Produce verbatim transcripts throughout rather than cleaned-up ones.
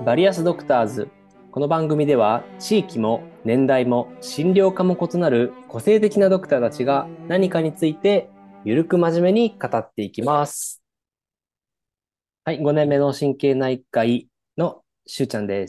バリアスドクターズ。この番組では地域も年代も診療科も異なる個性的なドクターたちが何かについてゆるく真面目に語っていきます。はい、ごねんめの神経内科医のしゅうちゃんです。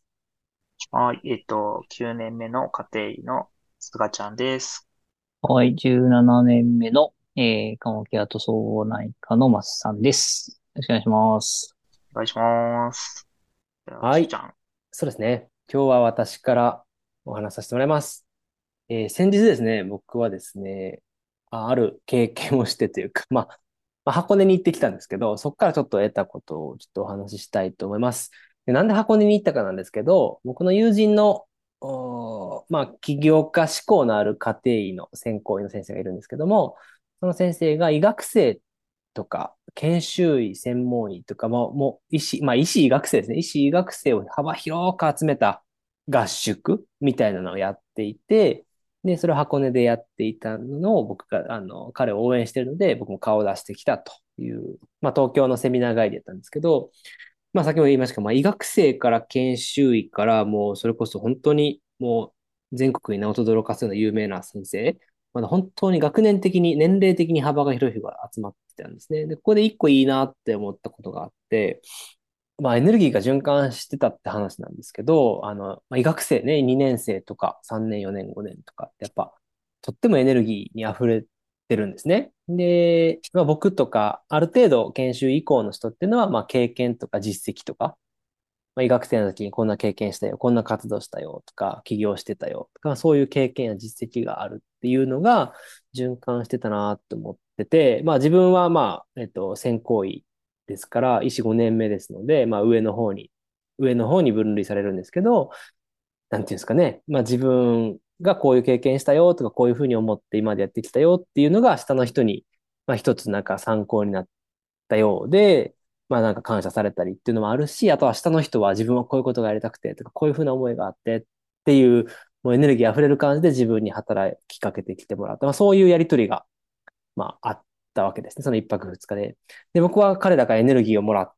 はい、えっと、きゅうねんめの家庭医のすがちゃんです。 はい、じゅうななねんめの、えー、緩和ケアと総合内科のマスさんです。よろしくお願いします。 お願いします。じゃあ、 はい、 しゅうちゃん。 そうですね。今日は私からお話しさせてもらいます。えー先日ですね、僕はですね、あある経験をしてというか、まあ、まあ、箱根に行ってきたんですけど、そこからちょっと得たことをちょっとお話ししたいと思います。で、なんで箱根に行ったかなんですけど、僕の友人の、おーまあ、起業家志向のある家庭医の専攻医の先生がいるんですけども、その先生が医学生とか、研修医、専門医とかも、もう医師、まあ医師医学生ですね。医師医学生を幅広く集めた合宿みたいなのをやっていて、で、それを箱根でやっていたのを僕が、あの、彼を応援しているので、僕も顔を出してきたという、まあ東京のセミナー帰りだったんですけど、まあ先ほど言いましたが、まあ医学生から研修医からもうそれこそ本当にもう全国に名を轟かすような有名な先生、まだ本当に学年的に、年齢的に幅が広い人が集まってたんですね。で、ここで一個いいなって思ったことがあって、まあエネルギーが循環してたって話なんですけど、あの、まあ、医学生ね、にねん生とかさんねん、よねん、ごねんとかってやっぱ、とってもエネルギーに溢れてるんですね。で、まあ、僕とか、ある程度研修以降の人っていうのは、まあ経験とか実績とか、まあ、医学生の時にこんな経験したよ、こんな活動したよとか、起業してたよとか、そういう経験や実績があるっていうのが循環してたなと思ってて、まあ自分はまあ、えっと、専攻医ですから、医師ごねんめですので、まあ上の方に、上の方に分類されるんですけど、なんていうんですかね、まあ自分がこういう経験したよとか、こういうふうに思って今までやってきたよっていうのが下の人に、まあ一つなんか参考になったようで、まあなんか感謝されたりっていうのもあるし、あとは下の人は自分はこういうことがやりたくてとか、こういうふうな思いがあってっていう、もうエネルギー溢れる感じで自分に働きかけてきてもらった。まあそういうやりとりが、まああったわけですね。その一泊二日で。で、僕は彼らからエネルギーをもらって、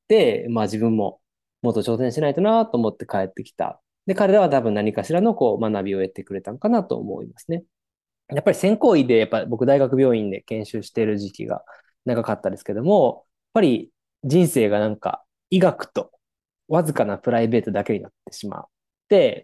まあ自分ももっと挑戦しないとなと思って帰ってきた。で、彼らは多分何かしらのこう学びを得てくれたのかなと思いますね。やっぱり専攻医で、やっぱ僕大学病院で研修している時期が長かったですけども、やっぱり人生がなんか医学とわずかなプライベートだけになってしまって、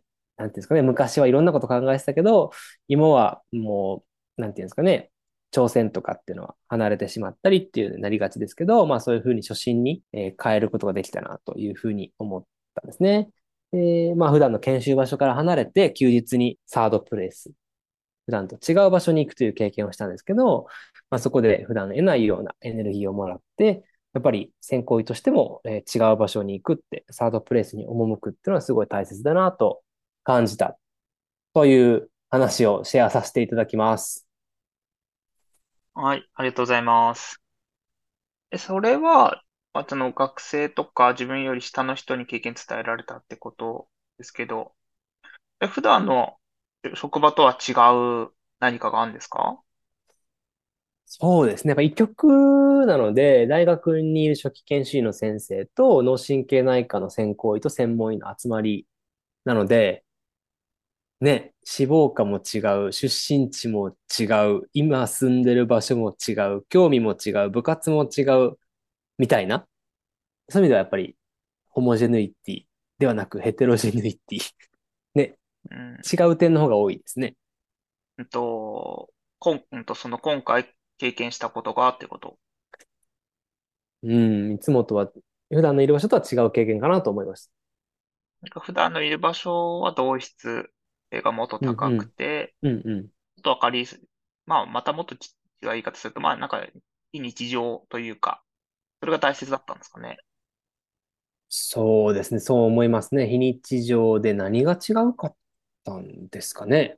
なんていうんですかね、昔はいろんなこと考えてたけど、今はもう、なんていうんですかね、挑戦とかっていうのは離れてしまったりっていうなりがちですけど、まあそういうふうに初心に、えー変えることができたなというふうに思ったんですね。で、まあ普段の研修場所から離れて休日にサードプレイス普段と違う場所に行くという経験をしたんですけど、まあ、そこで普段得ないようなエネルギーをもらって、やっぱり選考医としても、えー違う場所に行くって、サードプレイスに赴くっていうのはすごい大切だなと感じたという話をシェアさせていただきます。 はい、ありがとうございます。え、それは、まあ、その学生とか自分より下の人に経験伝えられたってことですけど、え、普段の職場とは違う何かがあるんですか？ そうですね。やっぱ一局なので、大学にいる初期研修医の先生と脳神経内科の専攻医と専門医の集まりなので、ね、志望科も違う、出身地も違う、今住んでる場所も違う、興味も違う、部活も違う、みたいな。そういう意味ではやっぱり、ホモジェヌイティではなくヘテロジェヌイティ。ね、 うん、 違う点の方が多いですね。 うんと、こん、うんと、その今回経験したことがってこと。 うん、いつもとは、普段のいる場所とは違う経験かなと思います。 なんか普段のいる場所は同質性がもっとうん、う高くん、 て、 うん、うん。 っとわかりやすい。まあ、またもっとち違う言い方すると、まあ、なんか、非日常というか、それが大切だったんですかね。 そうですね、そう思いますね。非日常で何が違うかったんですかね。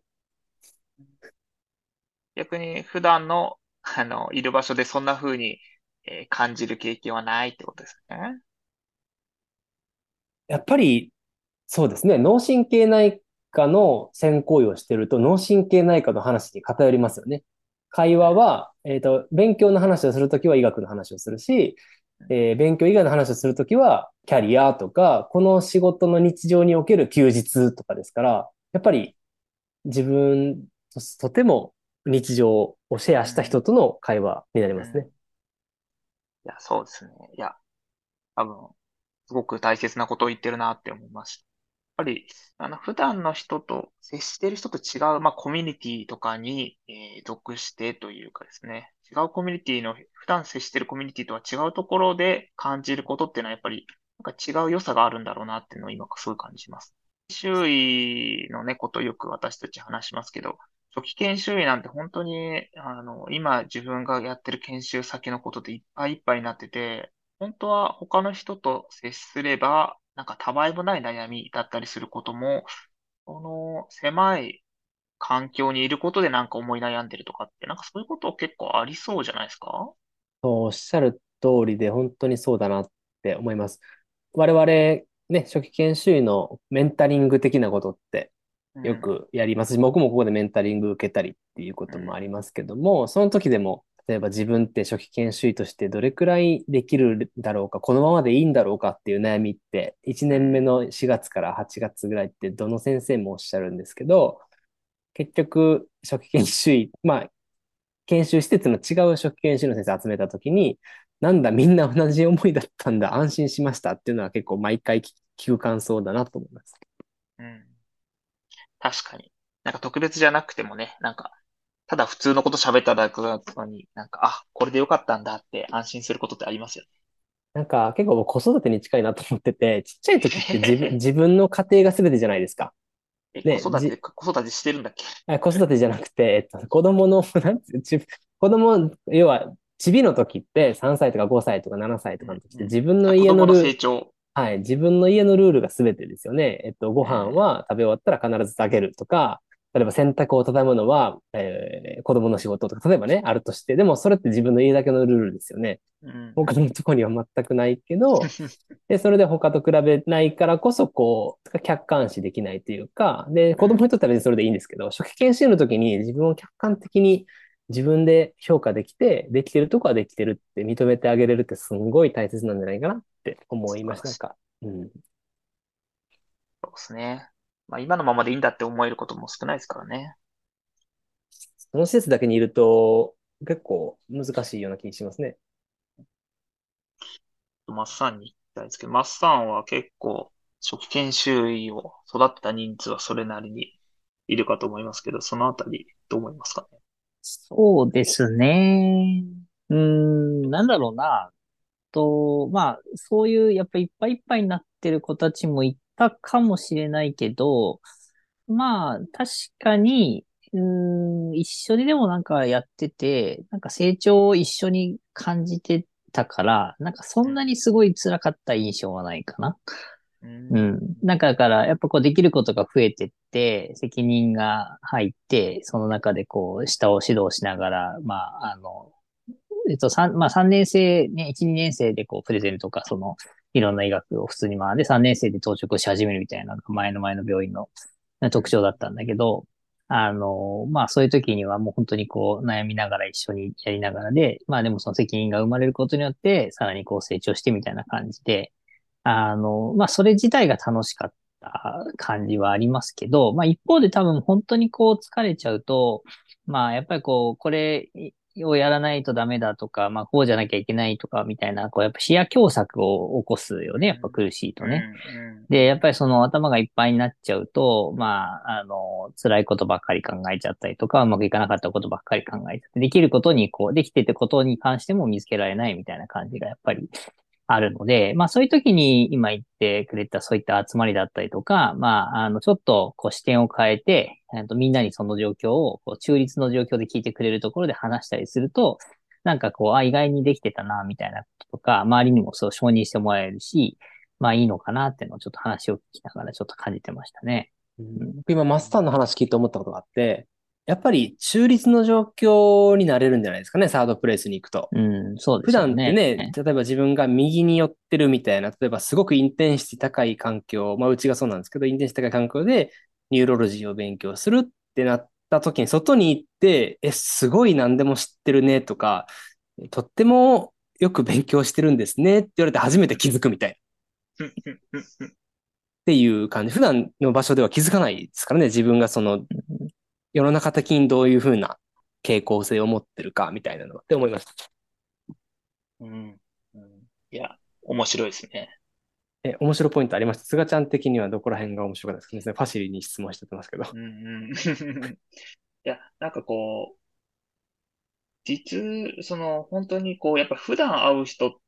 逆に、普段の、あの、いる場所でそんな風に、えー感じる経験はないってことですね。 やっぱりそうですね。脳神経内科の専攻医をしてると、脳神経内科の話に偏りますよね。会話は、えっと、勉強の話をするときは医学の話をするし、 えー勉強以外の話をするときは、キャリアとか、この仕事の日常における休日とかですから、やっぱり自分と、とても日常をシェアしたうん。 人との会話になりうん。 ますね。 いや、そうですね。いや、多分、すごく大切なことを言ってるなって思いました。やっぱり、あの、普段の人と接している人と違う、まあ、コミュニティとかに、えー属してというかですね、違うコミュニティの、普段接しているコミュニティとは違うところで感じることっていうのは、やっぱり、なんか違う良さがあるんだろうなっていうのを今すごい感じます。周囲のね、ことをよく私たち話しますけど、初期研修医なんて本当に、あの、今自分がやってる研修先のことでいっぱいいっぱいになってて、本当は他の人と接すれば、なんかたわいもない悩みだったりすることも、この狭い環境にいることでなんか思い悩んでるとかって、なんかそういうこと結構ありそうじゃないですか？ そうおっしゃる通りで、本当にそうだなって思います。我々、ね、初期研修医のメンタリング的なことってようん、 くやりますし、僕もここでメンタリング受けたりっていうこともあうん、 りますけども、その時でも、例えば自分って初期研修医としてどれくらいできるだろうか、このままでいいんだろうかっていう悩みって、いちねんめうん、 のしがつからはちがつぐらいってどの先生もおっしゃるんですけど、結局、初期研修医、まあ、研修施設の違う初期研修の先生集めたときに、なんだ、みんな同じ思いだったんだ、安心しましたっていうのは結構毎回聞く感想だなと思います。 うん。確かに。なんか特別じゃなくてもね、なんか、ただ普通のこと喋っただけなのに、なんか、あ、これでよかったんだって安心することってありますよなんか結構僕子育てに近いなと思ってて、ちっちゃい時って自分、 ね。 自分の家庭が全てじゃないですか。 え、子ね、 育て、 じ、 子育てしてるんだっけ？ あ子育てじゃなくて、えっと、子供の、なんつう、ち子供、要は、チビの時ってさんさいとかごさいとかななさいとうん、 かの時っうん。 て自分のあ、子供の家のル成長。 はい。自分の家のルールが全てですよね。えっと、ごうん、 飯は食べ終わったら必ずあげるとか、例えば洗濯を畳むのは、えー子供の仕事とか、例えばね、あるとして、でもそれって自分の家だけのルールですよね。 うん、 他のところには全くないけど、で、それで他と比べないからこそ、こう、客観視できないというか、で、子供にうん。 とっては別にそれでいいんですけど、初期研修の時に自分を客観的に自分で評価できて、できてるとこはできてるって認めてあげれるってすんごい大切なんじゃないかなって思いました。なん素晴らしい。 か、うん。 そうですね。まあ今のままでいいんだって思えることも少ないですからね。 その施設だけにいると結構難しいような気がしますね。 マッサンに行きたいですけど、マッサンは結構初期研修医を育てた人数はそれなりにいるかと思いますけど、そのあたりどう思いますかね？ そうですね。うーん、なんだろうな。と、まあ、そういう、やっぱいっぱいいっぱいになってる子たちもいたかもしれないけど、まあ、確かに、うーん、一緒にでもなんかやってて、なんか成長を一緒に感じてたから、なんかそんなうん。 にすごい辛かった印象はないかな。 うん。 うん。なんかだから、やっぱこうできることが増えてって、責任が入って、その中でこう、下を指導しながら、まあ、あの、えっと、三、まあさんねん生、ね、いち、にねん生でこう、プレゼントとか、その、いろんな医学を普通に学んで、さんねん生で当直し始めるみたいな、前の前の病院の特徴だったんだけど、あの、まあそういう時にはもう本当にこう悩みながら一緒にやりながらで、まあでもその責任が生まれることによって、さらにこう成長してみたいな感じで、あの、まあそれ自体が楽しかった感じはありますけど、まあ一方で多分本当にこう疲れちゃうと、まあやっぱりこう、これをやらないとダメだとか、まあこうじゃなきゃいけないとかみたいな、こうやっぱ視野狭窄を起こすよね。やっぱうん。 苦しいとね。 うん。うん。 で、やっぱりその頭がいっぱいになっちゃうと、まあ、あの、辛いことばっかり考えちゃったりとか、うまくいかなかったことばっかり考えちゃって、できることに、こう、できててことに関しても見つけられないみたいな感じがやっぱりあるので、まあそういう時に今言ってくれたそういった集まりだったりとか、まあ、あの、ちょっとこう視点を変えて、えっと、みんなにその状況をこう中立の状況で聞いてくれるところで話したりすると、なんかこう、あ、意外にできてたな、みたいなこととか、周りにもそう承認してもらえるし、まあいいのかなっていうのをちょっと話を聞きながらちょっと感じてましたね。 うんうん。 僕今マスターの話聞いて思ったことがあって、やっぱり中立の状況になれるんじゃないですかね、サードプレイスに行くと。 うん、そうで普すよね。 段ってね、例えば自分が右に寄ってるみたいな、例えばすごくインテンシティ高い環境、まあうちがそうなんですけど、インテンシティ高い環境でニューロロジーを勉強するってなった時に外に行って、え、すごい何でも知ってるねとか、とってもよく勉強してるんですねって言われて初めて気づくみたいな。っていう感じ。普段の場所では気づかないですからね。自分がその世の中的にどういうふうな傾向性を持ってるかみたいなのって思いました。 うん。うん。いや、面白いですね。 え、面白いポイントありました。菅ちゃん的にはどこら辺が面白かったですかね。ファシリに質問してますけど。 うんうん。いや、なんかこう、実、その、本当にこう、やっぱ普段会う人って、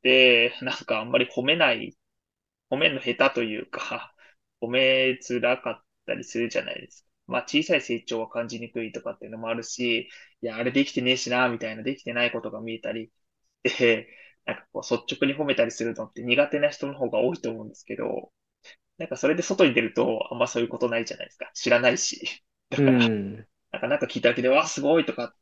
なんかあんまり褒めない、褒めるの下手というか、褒めづらかったりするじゃないですか。まあ小さい成長は感じにくいとかっていうのもあるし、いや、あれできてねえしな、みたいな、できてないことが見えたりして、なんかこう率直に褒めたりするのって苦手な人の方が多いと思うんですけど、なんかそれで外に出るとあんまそういうことないじゃないですか。知らないし。だうから、 ん。 なんかなんか聞いただけで、わあ、すごいとかって、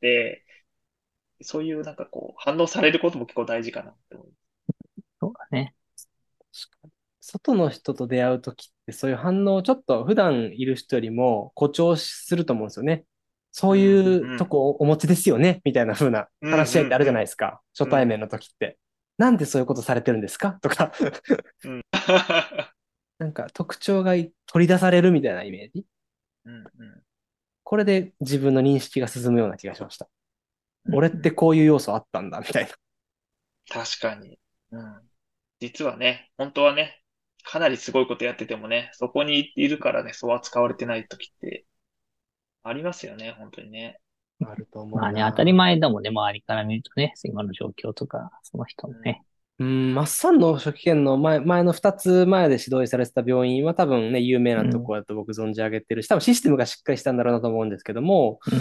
そういうなんかこう、反応されることも結構大事かなって思う。 そうだね。 外の人と出会うときってそういう反応をちょっと普段いる人よりも誇張すると思うんですよね。そううん、 いううん、 とこお持ちですよねみたいな風なうん、 話し合いってあるじゃないうん、 ですか。初うん、 対面の時って。なんでそういうことされてるんですかとかうん、 なんか特徴が取り出されるみたいなイメージ。 うん、うん、 これで自分の認識が進むような気がしました。俺ってうん。 こういう要素あったんだみたいな。 確かに。うん。実はね、本当はね、かなりすごいことやっててもね、そこにいるからね、そう扱われてない時ってありますよね、本当にね。 あると思うまあね、当たりな。 前だもんね、周りから見るとね、今の状況とか、その人うん、 のね。 うん、マッサンの初期研の前、前のふたつまえで指導されてた病院は多分ね、有名なとうん。 こだと僕存じ上げてるし、多分システムがしっかりしたんだろうなと思うんですけども、 うん。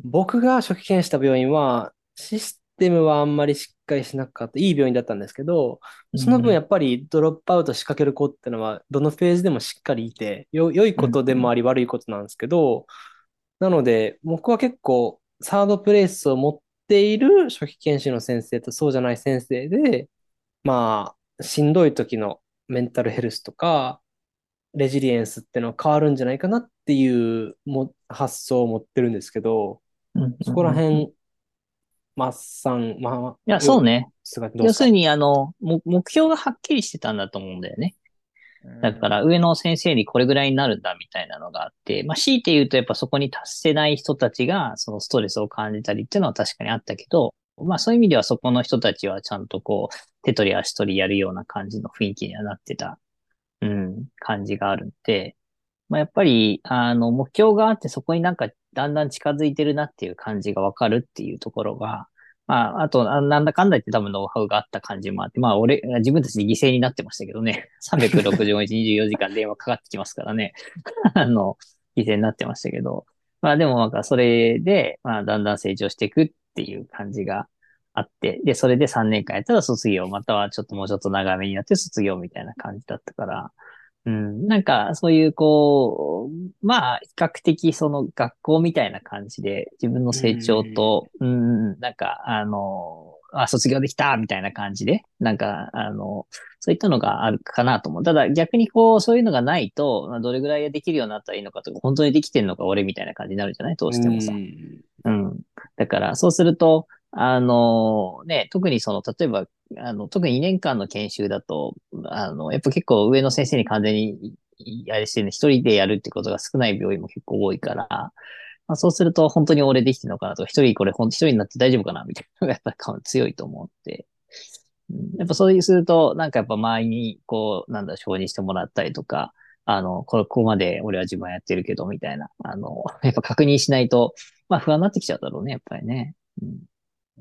僕が初期研した病院は、システムはあんまりしっかりしなかった、いい病院だったんですけど、その分やうん。 っぱりドロップアウト仕掛ける子ってのは、どのフェーズでもしっかりいて、よ、良いうん。 ことでもあり悪いことなんですけど、なので、僕は結構、サードプレイスを持っている初期研修の先生とそうじゃない先生で、まあ、しんどい時のメンタルヘルスとか、レジリエンスってのは変わるんじゃないかなっていうも発想を持ってるんですけど、 うん。 そうん。うん。いこら辺、マッサン、まあ、 や、 よ、 そうね。 菅どうですか？ 要するに、あの、も目標がはっきりしてたんだと思うんだよね。 うだから、 ん、 上の先生にこれぐらいになるんだみたいなのがあって、まあ、強いて言うと、やっぱそこに達せない人たちが、そのストレスを感じたりっていうのは確かにあったけど、まあ、そういう意味ではそこの人たちはちゃんとこう、手取り足取りやるような感じの雰囲気にはなってた、うん、感じがあるんで、まあ、やっぱり、あの、目標があってそこになんかだんだん近づいてるなっていう感じがわかるっていうところが、まあ、あと、あなんだかんだ言って多分ノウハウがあった感じもあって、まあ、俺、自分たちで犠牲になってましたけどね。さんびゃくろくじゅうごにちにじゅうよじかん電話かかってきますからね。あの、犠牲になってましたけど。まあでもなんかそれで、まあだんだん成長していくっていう感じがあって、で、それでさんねんかんやったら卒業、またはちょっともうちょっと長めになって卒業みたいな感じだったから、うん、なんか、そういう、こう、まあ、比較的、その、学校みたいな感じで、自分のう成長ん。 と、うん、なんか、あの、あ、卒業できたみたいな感じで、なんか、あの、そういったのがあるかなと思う。ただ、逆にこう、そういうのがないと、まあどれぐらいできるようになったらいいのかとか、本当にできてんのか、俺みたいな感じになるじゃないどううしてもさ。 ん。 うん。だから、そうすると、あのね、特にその、例えば、あの、特ににねんかんの研修だと、あの、やっぱ結構上の先生に完全に、いあれしてね、一人でやるってことが少ない病院も結構多いから、まあ、そうすると本当に俺できてるのかなとか、一人これ本当一人になって大丈夫かなみたいなのがやっぱり強いと思って、うん、やっぱそういうすると、なんかやっぱ周りに、こう、なんだ、承認してもらったりとか、あの、これ、ここまで俺は自分はやってるけど、みたいな、あの、やっぱ確認しないと、まあ不安になってきちゃうだろうね、やっぱりね。うん。 うん、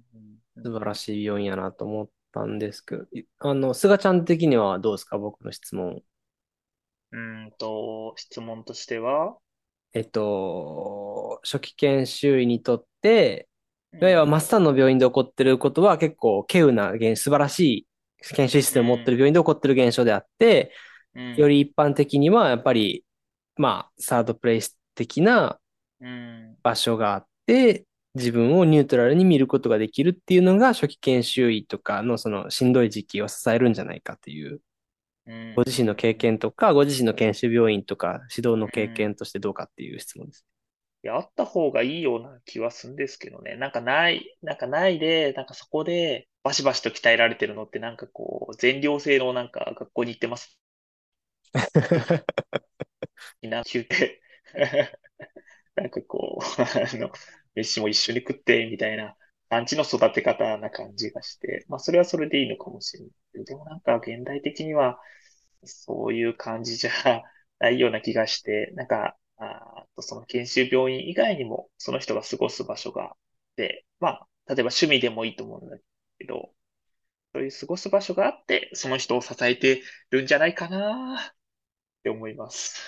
うん。 素晴らしい病院やなと思ったんですけど、いあの、菅ちゃん的にはどうですか？僕の質問。 うんと、質問としては、 えっと、初期研修医にとって、いわゆるうん、 マッサンの病院で起こっていることは結構稀有な現、素晴らしい研修システムを持っているうん、 病院で起こっている現象であって、 うん、 より一般的にはやっぱり、まあ、サードプレイス的なうん、 場所があって、自分をニュートラルに見ることができるっていうのが初期研修医とかのそのしんどい時期を支えるんじゃないかという、 うん、 ご自身の経験とか、ご自身の研修病院とか指導の経うん。 験としてどうかっていう質問です。 いや、あった方がいいような気はするんですけどね。なんかない、なんかないで、なんかそこでバシバシと鍛えられてるのってなんかこう、全寮制のなんか学校に行ってますみんな休憩なんかこう、あの、飯も一緒に食って、みたいな感じの育て方な感じがして、まあそれはそれでいいのかもしれないけど。でもなんか現代的にはそういう感じじゃないような気がして、なんか、ああとその研修病院以外にもその人が過ごす場所があって、まあ、例えば趣味でもいいと思うんだけど、そういう過ごす場所があって、その人を支えてるんじゃないかなって思います。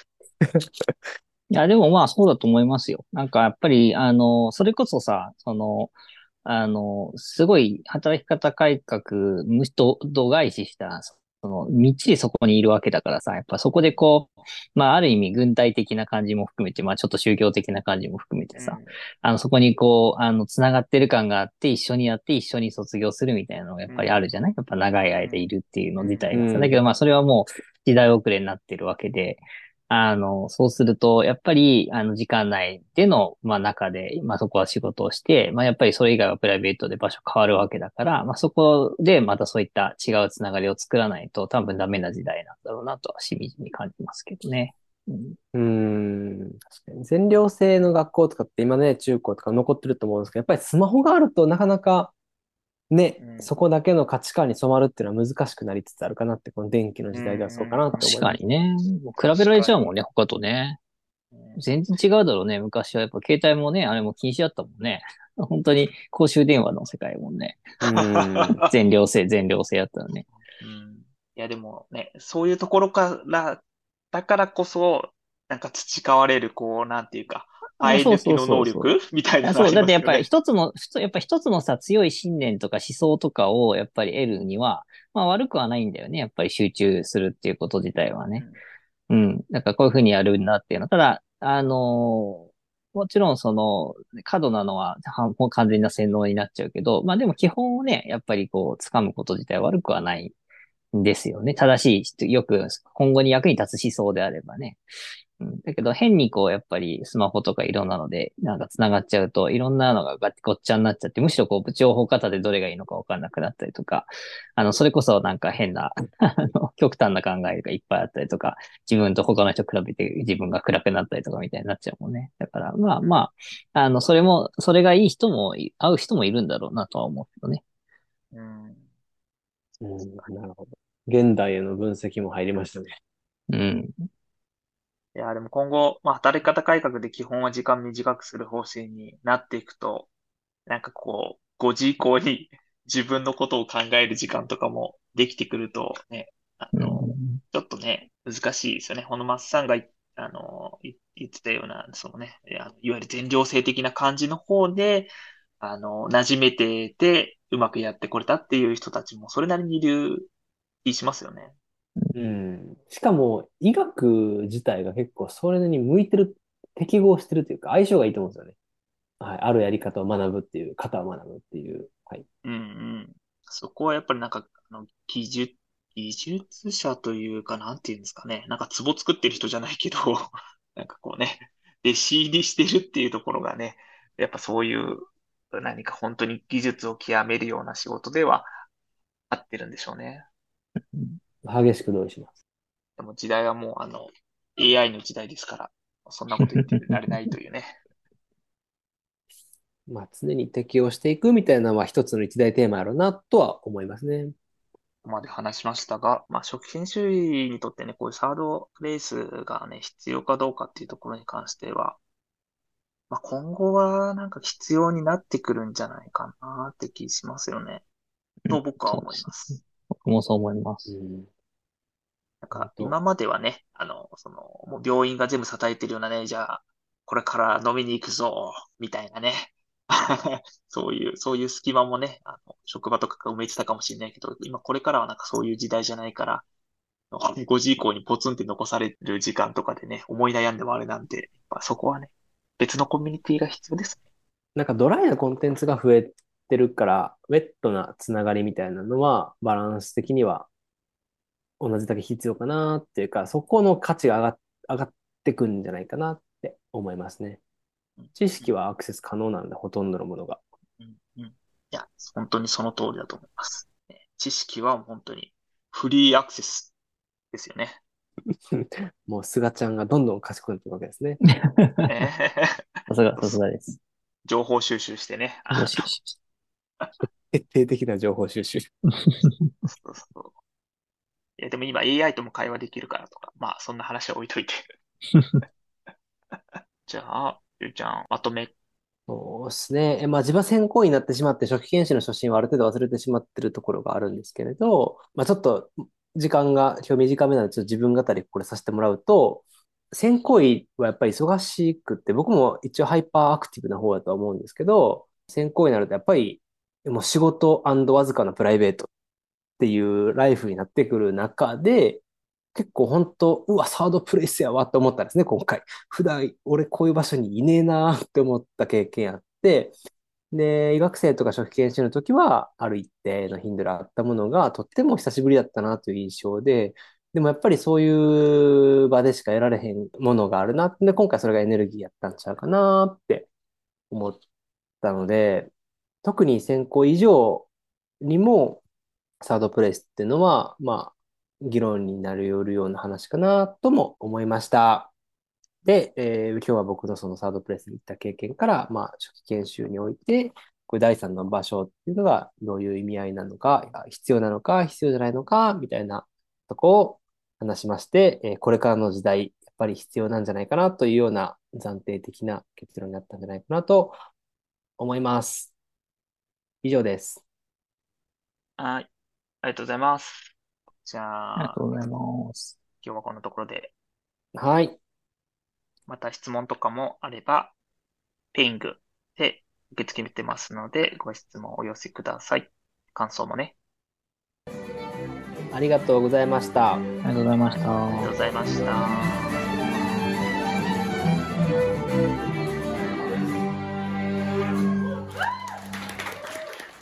いや、でもまあそうだと思いますよ。なんかやっぱり、あの、それこそさ、その、あの、すごい働き方改革、むしろ度外視した、その、みっちりそこにいるわけだからさ、やっぱそこでこう、まあある意味軍隊的な感じも含めて、まあちょっと宗教的な感じも含めてさ、 うん、 あの、そこにこう、あの、つながってる感があって、一緒にやって一緒に卒業するみたいなのがやっぱりあうん、 るじゃない？やっぱ長いうん、 間いるっていうの自うん、 体がさ。だけどうん。 まあそれはもう時代遅れになってるわけで、あの、そうすると、やっぱり、あの、時間内での、まあ、中で、まあ、そこは仕事をして、まあ、やっぱりそれ以外はプライベートで場所変わるわけだから、まあ、そこでまたそういった違うつながりを作らないと多分ダメな時代なんだろうなとはしみじみ感じますけどね。うん。 うーん、確かに。全寮制の学校とかって今ね、中高とか残ってると思うんですけど、やっぱりスマホがあるとなかなかね、 うん、 そこだけの価値観に染まるっていうのは難しくなりつつあるかなって、この電気のうん、 時代ではそうかなって確思います。 かにね。もう比べられ確かに。 ちゃうもんね、他とね。 うん、 全然違うだろうね。昔はやっぱ携帯もね、あれも禁止だったもんね。本当に公衆電話の世界もんね。 うーん。 全寮制、全寮制やったらね。 うん、いや、でもね、そういうところから、だからこそ、なんか培われる、こう、なんていうか、 あ、 生え抜きそうそうの能力そうそう。 みたいなあ、そう。 のありだってやっぱりますよね。 一つの、ふつやっぱ一つのさ、強い信念とか思想とかをやっぱり得るには、まあ悪くはないんだよね。やっぱり集中するっていうこと自体はね。 うん、 うん。だからこういうふうにやるんだっていうの。ただ、あのーもちろんその、過度なのははもう完全な洗脳になっちゃうけど、まあでも基本をね、やっぱりこう、掴むこと自体は悪くはないんですよね。正しい、よく今後に役に立つ思想であればね。うん、だけど変にこう、やっぱりスマホとかいろんなので、なんか繋がっちゃうと、いろんなのがガッごっちゃになっちゃって、むしろこう、情報型でどれがいいのかわかんなくなったりとか、あの、それこそなんか変な、あの、極端な考えがいっぱいあったりとか、自分と他の人比べて自分が暗くなったりとかみたいになっちゃうもんね。だから、まあうん、 まあ、あの、それも、それがいい人もい、合う人もいるんだろうなとは思うけどね。 うん。 うん、なるほど。現代への分析も入りましたね。 うん。 いや、でも今後、まあ、働き方改革で基本は時間短くする方針になっていくと、なんかこう、ごじ以降に自分のことを考える時間とかもできてくるとね、あうの、 ん。 ちょっとね、難しいですよね。このマスさんがい、あの、い言ってたような、そのね、いやいわゆる全寮制的な感じの方で、あの、馴染めてて、うまくやってこれたっていう人たちもそれなりにいる気しますよね。 うん。しかも、医学自体が結構それに向いてる、適合してるというか、相性がいいと思うんですよね。はい。あるやり方を学ぶっていう、型を学ぶっていう。はい。 うんうん。そこはやっぱりなんか、あの、技術、技術者というか、なんていうんですかね。なんか壺作ってる人じゃないけど、なんかこうね、弟子入りしてるっていうところがね、やっぱそういう何か本当に技術を極めるような仕事では合ってるんでしょうね。 激しく同意します。 でも時代はもうあの、エーアイ の時代ですから、そんなこと言ってられないというね。 まあ、常に適応していくみたいなのは一つの一大テーマやろうなとは思いますね。 ここまで話しましたが、まあ、初期研修医にとってね、こういうサードプレイスがね、必要かどうかっていうところに関しては、まあ、今後はなんか必要になってくるんじゃないかなって気しますよね。 うん。 と僕は思いそうですね。 ます。 僕もそう思います。 うん。 なん本当。 か今まではね、あの、その、もう病院が全部支えてるようなね、じゃあ、これから飲みに行くぞ、みたいなね。そういう、そういう隙間もね、あの、職場とかが埋めてたかもしれないけど、今これからはなんかそういう時代じゃないから、ごじ以降にポツンって残される時間とかでね、思い悩んでもあれなんで、やっぱそこはね、別のコミュニティが必要ですね。 なんかドライなコンテンツが増えてるから、ウェットなつながりみたいなのは、バランス的には同じだけ必要かなっていうか、そこの価値が上がっ、上がってくんじゃないかなって思いますね。 うん、 知識はアクセス可能なんで、ほとんどのものが。 うん、うん。いや、本当にその通りだと思います。ね、知識は本当にフリーアクセスですよね。 もう、菅ちゃんがどんどん賢くなっていくわけですね。 えさすが、 ー、 さすがです。 情報収集してね。あの、 よしよし。 徹底的な情報収集。 そうそう。いや、でも今 エーアイ とも会話できるからとか、まあ、そんな話は置いといて。じゃあ、ゆうちゃん、まとめ。 そうですね。え、まあ自分は専攻医になってしまって、初期研修の初心はある程度忘れてしまってるところがあるんですけれど、まあちょっと時間が今日短めなので、ちょっと自分語りこれさせてもらうと、専攻医はやっぱり忙しくって、僕も一応ハイパーアクティブな方だとは思うんですけど、専攻医になるとやっぱりもう仕事わずかなプライベートっていうライフになってくる中で、結構本当、うわ、サードプレイスやわって思ったんですね、今回。普段俺こういう場所にいねえなって思った経験あって、で、医学生とか初期研修の時は、ある一定の頻度であったものが、とっても久しぶりだったなという印象で、でもやっぱりそういう場でしか得られへんものがあるな。で、今回それがエネルギーやったんちゃうかなって思ったので、特に専攻以上にも、サードプレイスっていうのは、まあ、議論になり得るような話かなとも思いました。で、えー今日は僕のそのサードプレイスに行った経験から、まあ、初期研修において、これ第三の場所っていうのがどういう意味合いなのか、必要なのか、必要じゃないのか、みたいなとこを話しまして、えーこれからの時代、やっぱり必要なんじゃないかなというような暫定的な結論になったんじゃないかなと思います。以上です。 はい。ありがとうございます。じゃあ、 ありがとうございます。 今日はこんなところで、 はい。 また質問とかもあれば、ペイングで受け付けてますので、ご質問をお寄せください。感想もね。 ありがとうございました。 ありがとうございましありがとうごた。 ざいました。